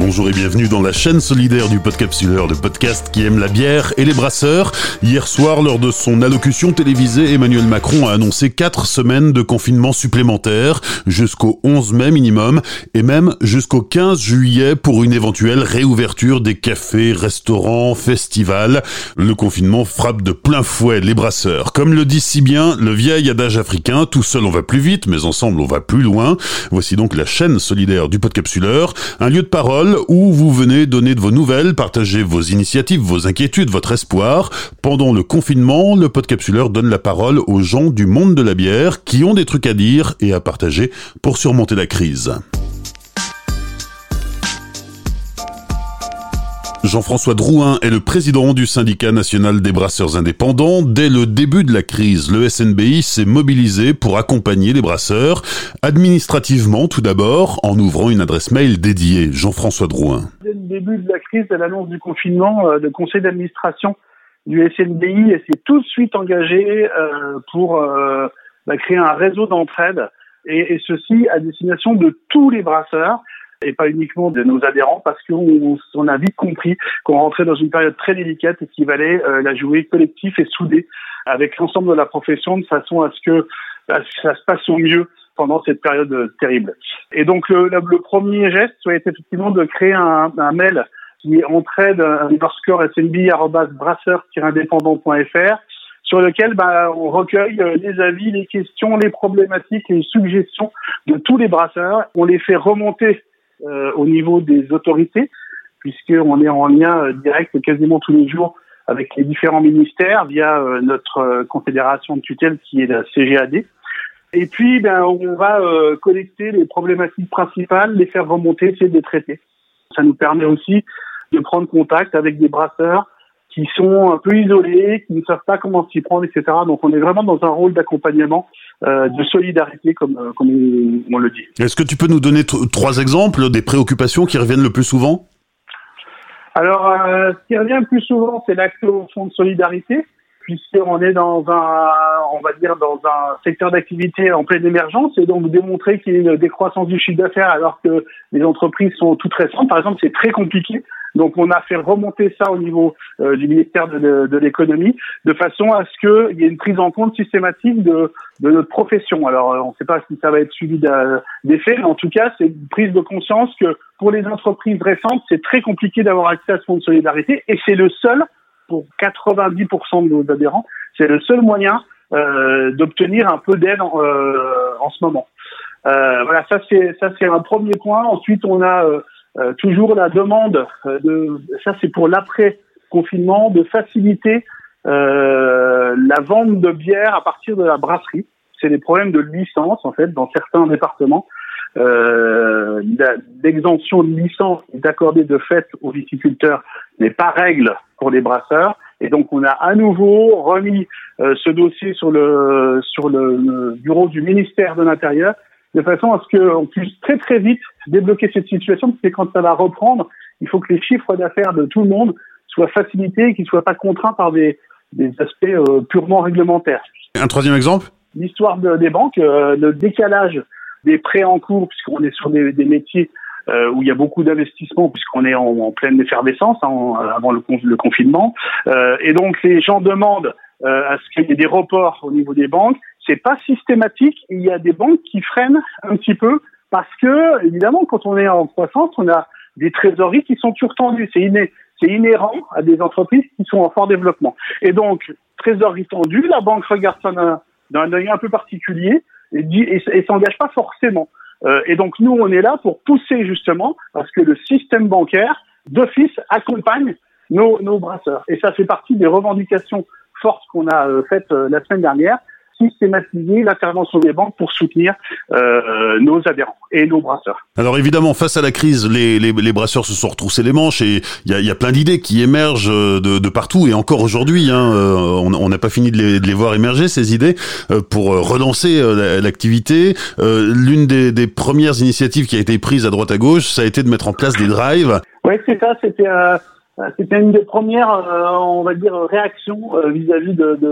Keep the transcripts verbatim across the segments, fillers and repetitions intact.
Bonjour et bienvenue dans la chaîne solidaire du Podcapsuleur, le podcast qui aime la bière et les brasseurs. Hier soir, lors de son allocution télévisée, Emmanuel Macron a annoncé quatre semaines de confinement supplémentaires, jusqu'au onze mai minimum, et même jusqu'au quinze juillet pour une éventuelle réouverture des cafés, restaurants, festivals. Le confinement frappe de plein fouet les brasseurs. Comme le dit si bien le vieil adage africain, tout seul on va plus vite, mais ensemble on va plus loin. Voici donc la chaîne solidaire du Podcapsuleur, un lieu de parole où vous venez donner de vos nouvelles, partager vos initiatives, vos inquiétudes, votre espoir. Pendant le confinement, le Podcapsuleur donne la parole aux gens du monde de la bière qui ont des trucs à dire et à partager pour surmonter la crise. Jean-François Drouin est le président du syndicat national des brasseurs indépendants. Dès le début de la crise, le S N B I s'est mobilisé pour accompagner les brasseurs, administrativement tout d'abord, en ouvrant une adresse mail dédiée. Jean-François Drouin. Dès le début de la crise, à l'annonce du confinement, le conseil d'administration du S N B I s'est tout de suite engagé pour bah, créer un réseau d'entraide, et, et ceci à destination de tous les brasseurs, et pas uniquement de nos adhérents, parce qu'on on a vite compris qu'on rentrait dans une période très délicate et qu'il valait euh, la jouer collectif et soudé avec l'ensemble de la profession, de façon à ce que à ce que ça se passe au mieux pendant cette période euh, terrible. Et donc le, le, le premier geste a été effectivement de créer un, un mail qui est entraide underscore snb arobase brasseur tiret indépendant point fr, sur lequel bah, on recueille les avis, les questions, les problématiques, les suggestions de tous les brasseurs. On les fait remonter Euh, au niveau des autorités, puisqu'on est en lien euh, direct quasiment tous les jours avec les différents ministères via euh, notre euh, confédération de tutelle qui est la C G A D. Et puis, ben, on va euh, collecter les problématiques principales, les faire remonter, essayer de les traiter. Ça nous permet aussi de prendre contact avec des brasseurs qui sont un peu isolés, qui ne savent pas comment s'y prendre, et cetera. Donc, on est vraiment dans un rôle d'accompagnement, euh, de solidarité, comme, euh, comme on, on le dit. Est-ce que tu peux nous donner t- trois exemples des préoccupations qui reviennent le plus souvent ? Alors, euh, ce qui revient le plus souvent, c'est l'accès au fonds de solidarité, puisqu'on est dans un, on va dire, dans un secteur d'activité en pleine émergence, et donc démontrer qu'il y a une décroissance du chiffre d'affaires alors que les entreprises sont toutes récentes, par exemple, c'est très compliqué. Donc, on a fait remonter ça au niveau euh, du ministère de, de, de l'économie, de façon à ce qu'il y ait une prise en compte systématique de, de notre profession. Alors, euh, on ne sait pas si ça va être suivi d'effet, mais en tout cas, c'est une prise de conscience que pour les entreprises récentes, c'est très compliqué d'avoir accès à ce fonds de solidarité, et c'est le seul, pour quatre-vingt-dix pour cent de nos adhérents, c'est le seul moyen euh, d'obtenir un peu d'aide en, euh, en ce moment. Euh, voilà, ça c'est ça c'est un premier point. Ensuite, on a euh, Euh, toujours la demande euh, de, ça c'est pour l'après-confinement, de faciliter euh, la vente de bière à partir de la brasserie. C'est des problèmes de licence en fait dans certains départements. Euh, l'exemption de licence est accordée de fait aux viticulteurs, n'est pas règle pour les brasseurs. Et donc on a à nouveau remis euh, ce dossier sur le sur le, le bureau du ministère de l'Intérieur, de façon à ce qu'on puisse très très vite débloquer cette situation, parce que quand ça va reprendre, il faut que les chiffres d'affaires de tout le monde soient facilités et qu'ils ne soient pas contraints par des, des aspects euh, purement réglementaires. Un troisième exemple ? L'histoire de, des banques, euh, le décalage des prêts en cours, puisqu'on est sur des, des métiers euh, où il y a beaucoup d'investissements, puisqu'on est en, en pleine effervescence hein, en, avant le, le confinement. Euh, et donc les gens demandent euh, à ce qu'il y ait des reports au niveau des banques. C'est pas systématique. Il y a des banques qui freinent un petit peu parce que, évidemment, quand on est en croissance, on a des trésoreries qui sont surtendues. C'est inné, c'est inhérent à des entreprises qui sont en fort développement. Et donc, trésorerie tendue, la banque regarde ça d'un, d'un œil un peu particulier et dit, et, et s'engage pas forcément. Euh, et donc, nous, on est là pour pousser justement parce que le système bancaire, d'office, accompagne nos, nos brasseurs. Et ça fait partie des revendications fortes qu'on a euh, faites euh, la semaine dernière. Systématiser l'intervention des banques pour soutenir euh, nos adhérents et nos brasseurs. Alors évidemment, face à la crise, les, les, les brasseurs se sont retroussés les manches et il y a, y a plein d'idées qui émergent de, de partout et encore aujourd'hui, hein, on n'a pas fini de les, de les voir émerger, ces idées, pour relancer l'activité. Euh, l'une des, des premières initiatives qui a été prise à droite à gauche, ça a été de mettre en place des drives. Oui, c'est ça, c'était... Euh... C'était une des premières, euh, on va dire, réactions euh, vis-à-vis de, de,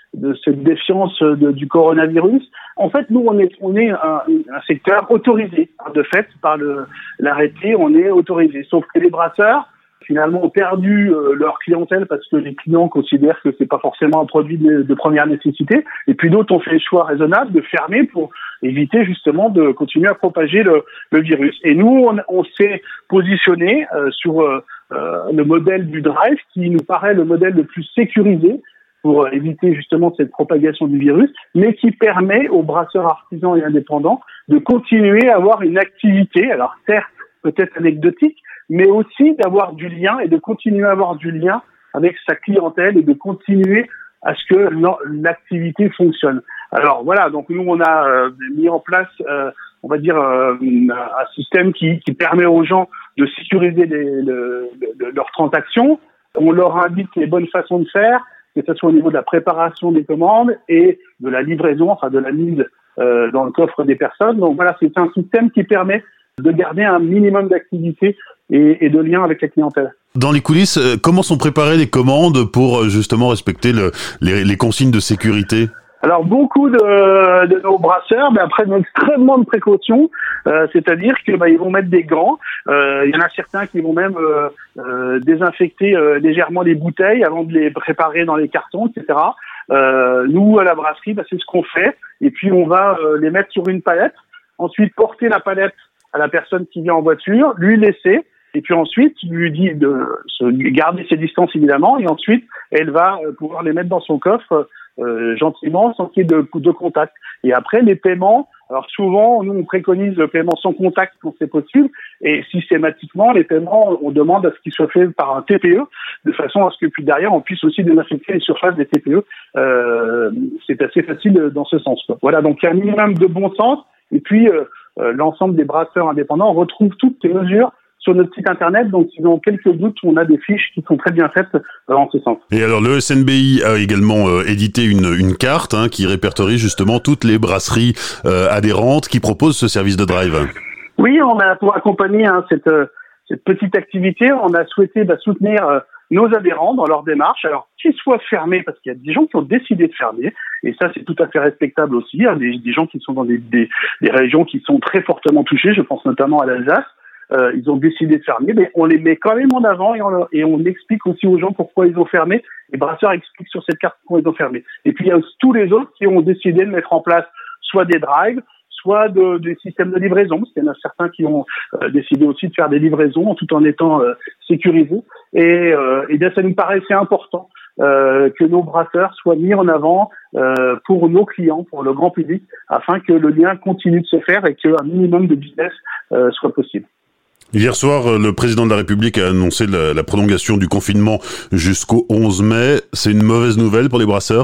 de cette défiance de, du coronavirus. En fait, nous, on est, on est un, un secteur autorisé. De fait, par le, l'arrêté, on est autorisé. Sauf que les brasseurs, finalement, ont perdu euh, leur clientèle parce que les clients considèrent que c'est pas forcément un produit de, de première nécessité. Et puis d'autres ont fait le choix raisonnable de fermer pour éviter justement de continuer à propager le, le virus. Et nous, on, on s'est positionné euh, sur euh, euh, le modèle du drive qui nous paraît le modèle le plus sécurisé pour euh, éviter justement cette propagation du virus, mais qui permet aux brasseurs artisans et indépendants de continuer à avoir une activité, alors certes peut-être anecdotique, mais aussi d'avoir du lien et de continuer à avoir du lien avec sa clientèle et de continuer à ce que l'activité fonctionne. Alors voilà, donc nous on a euh, mis en place, euh, on va dire, euh, un système qui, qui permet aux gens de sécuriser les, le, le, leurs transactions. On leur indique les bonnes façons de faire, que ce soit au niveau de la préparation des commandes et de la livraison, enfin de la mise euh, dans le coffre des personnes. Donc voilà, c'est un système qui permet de garder un minimum d'activité et, et de lien avec la clientèle. Dans les coulisses, comment sont préparées les commandes pour justement respecter le, les, les consignes de sécurité ? Alors beaucoup de, de nos brasseurs, ben, prennent extrêmement de précautions, euh, c'est-à-dire que ben, ils vont mettre des gants. Euh, il y en a certains qui vont même euh, euh, désinfecter euh, légèrement les bouteilles avant de les préparer dans les cartons, et cetera. Euh, nous à la brasserie, ben, c'est ce qu'on fait. Et puis on va euh, les mettre sur une palette, ensuite porter la palette à la personne qui vient en voiture, lui laisser. Et puis ensuite, il lui dit de se garder ses distances évidemment, et ensuite, elle va pouvoir les mettre dans son coffre euh, gentiment, sans qu'il y ait de, de contact. Et après, les paiements, alors souvent, nous on préconise le paiement sans contact quand c'est possible, et systématiquement, les paiements, on demande à ce qu'ils soient faits par un T P E, de façon à ce que puis derrière, on puisse aussi désinfecter les surfaces des T P E. Euh, c'est assez facile dans ce sens, quoi. Voilà, donc il y a un minimum de bon sens, et puis euh, euh, l'ensemble des brasseurs indépendants retrouvent toutes ces mesures sur notre site internet, donc s'ils ont quelques doutes, on a des fiches qui sont très bien faites euh, en ce sens. Et alors le S N B I a également euh, édité une, une carte hein, qui répertorie justement toutes les brasseries euh, adhérentes qui proposent ce service de drive. Oui, on a pour accompagner hein, cette, euh, cette petite activité, on a souhaité bah, soutenir euh, nos adhérents dans leur démarche, alors qu'ils soient fermés, parce qu'il y a des gens qui ont décidé de fermer, et ça c'est tout à fait respectable aussi, hein, des, des gens qui sont dans des, des, des régions qui sont très fortement touchées, je pense notamment à l'Alsace. Euh, ils ont décidé de fermer, mais on les met quand même en avant et on, et on explique aussi aux gens pourquoi ils ont fermé. Les brasseurs expliquent sur cette carte pourquoi ils ont fermé. Et puis il y a aussi tous les autres qui ont décidé de mettre en place soit des drives, soit de, des systèmes de livraison, parce qu'il y en a certains qui ont euh, décidé aussi de faire des livraisons tout en étant euh, sécurisés. Et, euh, et bien ça nous paraissait important euh, que nos brasseurs soient mis en avant euh, pour nos clients, pour le grand public, afin que le lien continue de se faire et qu'un minimum de business euh, soit possible. Hier soir, le président de la République a annoncé la, la prolongation du confinement jusqu'au onze mai. C'est une mauvaise nouvelle pour les brasseurs ?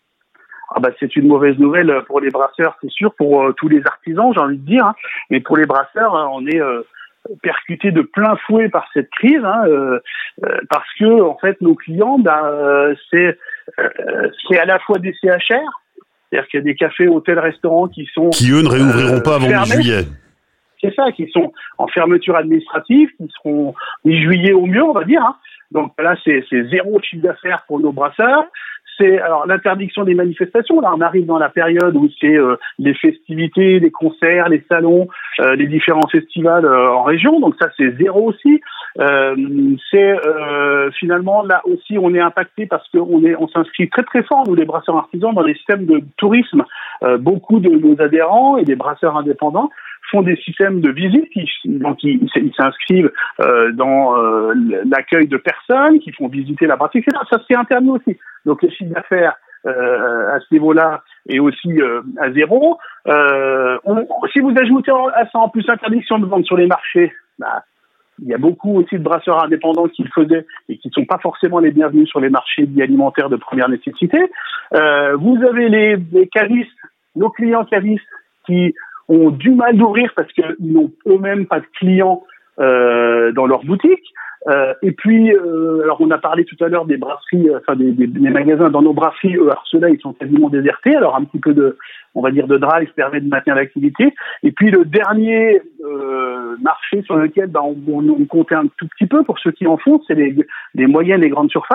Ah bah c'est une mauvaise nouvelle pour les brasseurs, c'est sûr, pour euh, tous les artisans, j'ai envie de dire. Hein. Mais pour les brasseurs, hein, on est euh, percuté de plein fouet par cette crise, hein, euh, euh, parce que en fait nos clients, bah, euh, c'est euh, c'est à la fois des C H R, c'est-à-dire qu'il y a des cafés, hôtels, restaurants qui sont qui eux ne réouvriront euh, pas avant mi-juillet. C'est ça, qui sont en fermeture administrative, qui seront mi-juillet au mieux, on va dire. Hein. Donc là, c'est, c'est zéro chiffre d'affaires pour nos brasseurs. C'est alors l'interdiction des manifestations. Là, on arrive dans la période où c'est euh, les festivités, les concerts, les salons, euh, les différents festivals euh, en région. Donc ça, c'est zéro aussi. Euh, c'est euh, finalement là aussi, on est impacté parce qu'on est, on s'inscrit très très fort nous les brasseurs artisans dans les systèmes de tourisme. Euh, beaucoup de nos adhérents et des brasseurs indépendants font des systèmes de visite, qui, donc ils, ils s'inscrivent euh, dans euh, l'accueil de personnes, qui font visiter la brasserie, et cetera. Ça c'est interdit aussi. Donc le chiffre d'affaires euh, à ce niveau-là est aussi euh, à zéro. Euh, on, si vous ajoutez à ça en plus interdiction de vente sur les marchés, bah, il y a beaucoup aussi de brasseurs indépendants qui le faisaient et qui ne sont pas forcément les bienvenus sur les marchés dits alimentaires de première nécessité. Euh, vous avez les, les cavistes, nos clients cavistes qui ont du mal d'ouvrir parce qu'ils n'ont eux-mêmes pas de clients euh, dans leur boutique. Euh, et puis, euh, alors on a parlé tout à l'heure des brasseries, enfin des, des, des magasins dans nos brasseries. Eux, alors ceux-là, ils sont quasiment désertés. Alors un petit peu de, on va dire, de drive permet de maintenir l'activité. Et puis le dernier euh, marché sur lequel ben, on, on, on comptait un tout petit peu pour ceux qui en font, c'est les, les moyennes et grandes surfaces.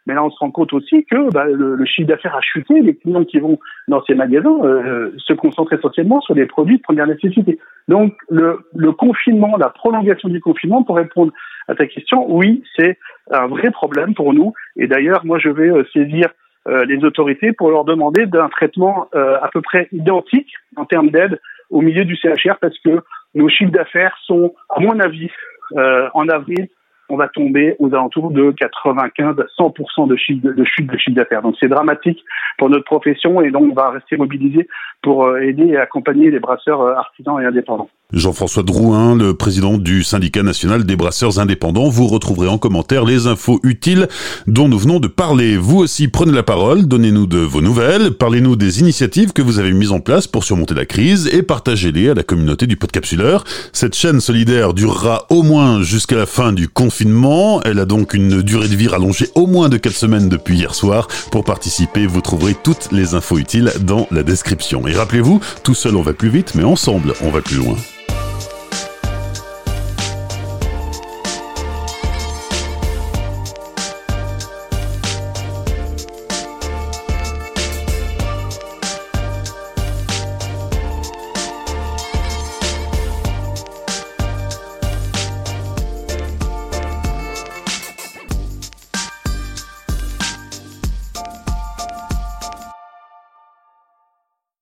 Mais là, on se rend compte aussi que bah, le, le chiffre d'affaires a chuté. Les clients qui vont dans ces magasins euh, se concentrent essentiellement sur les produits de première nécessité. Donc, le, le confinement, la prolongation du confinement, pour répondre à ta question, oui, c'est un vrai problème pour nous. Et d'ailleurs, moi, je vais euh, saisir euh, les autorités pour leur demander d'un traitement euh, à peu près identique en termes d'aide au milieu du C H R, parce que nos chiffres d'affaires sont, à mon avis, euh, en avril, on va tomber aux alentours de quatre-vingt-quinze à cent pour cent de chute de, de chute de chiffre d'affaires. Donc c'est dramatique pour notre profession et donc on va rester mobilisé pour euh, aider et accompagner les brasseurs euh, artisans et indépendants. Jean-François Drouin, le président du syndicat national des brasseurs indépendants. Vous retrouverez en commentaire les infos utiles dont nous venons de parler. Vous aussi, prenez la parole, donnez-nous de vos nouvelles, parlez-nous des initiatives que vous avez mises en place pour surmonter la crise et partagez-les à la communauté du Podcapsuleur. Cette chaîne solidaire durera au moins jusqu'à la fin du confinement. Elle a donc une durée de vie rallongée au moins de quatre semaines depuis hier soir. Pour participer, vous trouverez toutes les infos utiles dans la description. Et rappelez-vous, tout seul on va plus vite, mais ensemble on va plus loin.